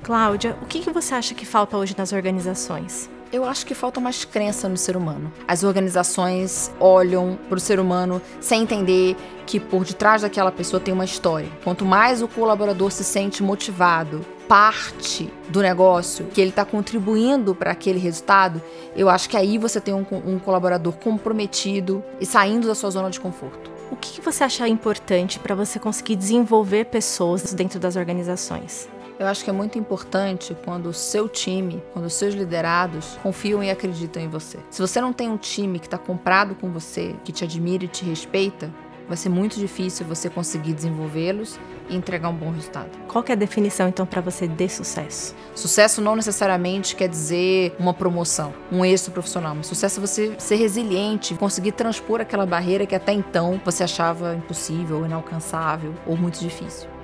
Cláudia, o que você acha que falta hoje nas organizações? Eu acho que falta mais crença no ser humano. As organizações olham para o ser humano sem entender que por detrás daquela pessoa tem uma história. Quanto mais o colaborador se sente motivado, parte do negócio, que ele está contribuindo para aquele resultado, eu acho que aí você tem um colaborador comprometido e saindo da sua zona de conforto. O que você acha importante para você conseguir desenvolver pessoas dentro das organizações? Eu acho que é muito importante quando o seu time, quando os seus liderados confiam e acreditam em você. Se você não tem um time que está comprado com você, que te admira e te respeita, vai ser muito difícil você conseguir desenvolvê-los e entregar um bom resultado. Qual que é a definição, então, para você de sucesso? Sucesso não necessariamente quer dizer uma promoção, um êxito profissional. Mas sucesso é você ser resiliente, conseguir transpor aquela barreira que até então você achava impossível, inalcançável ou muito difícil.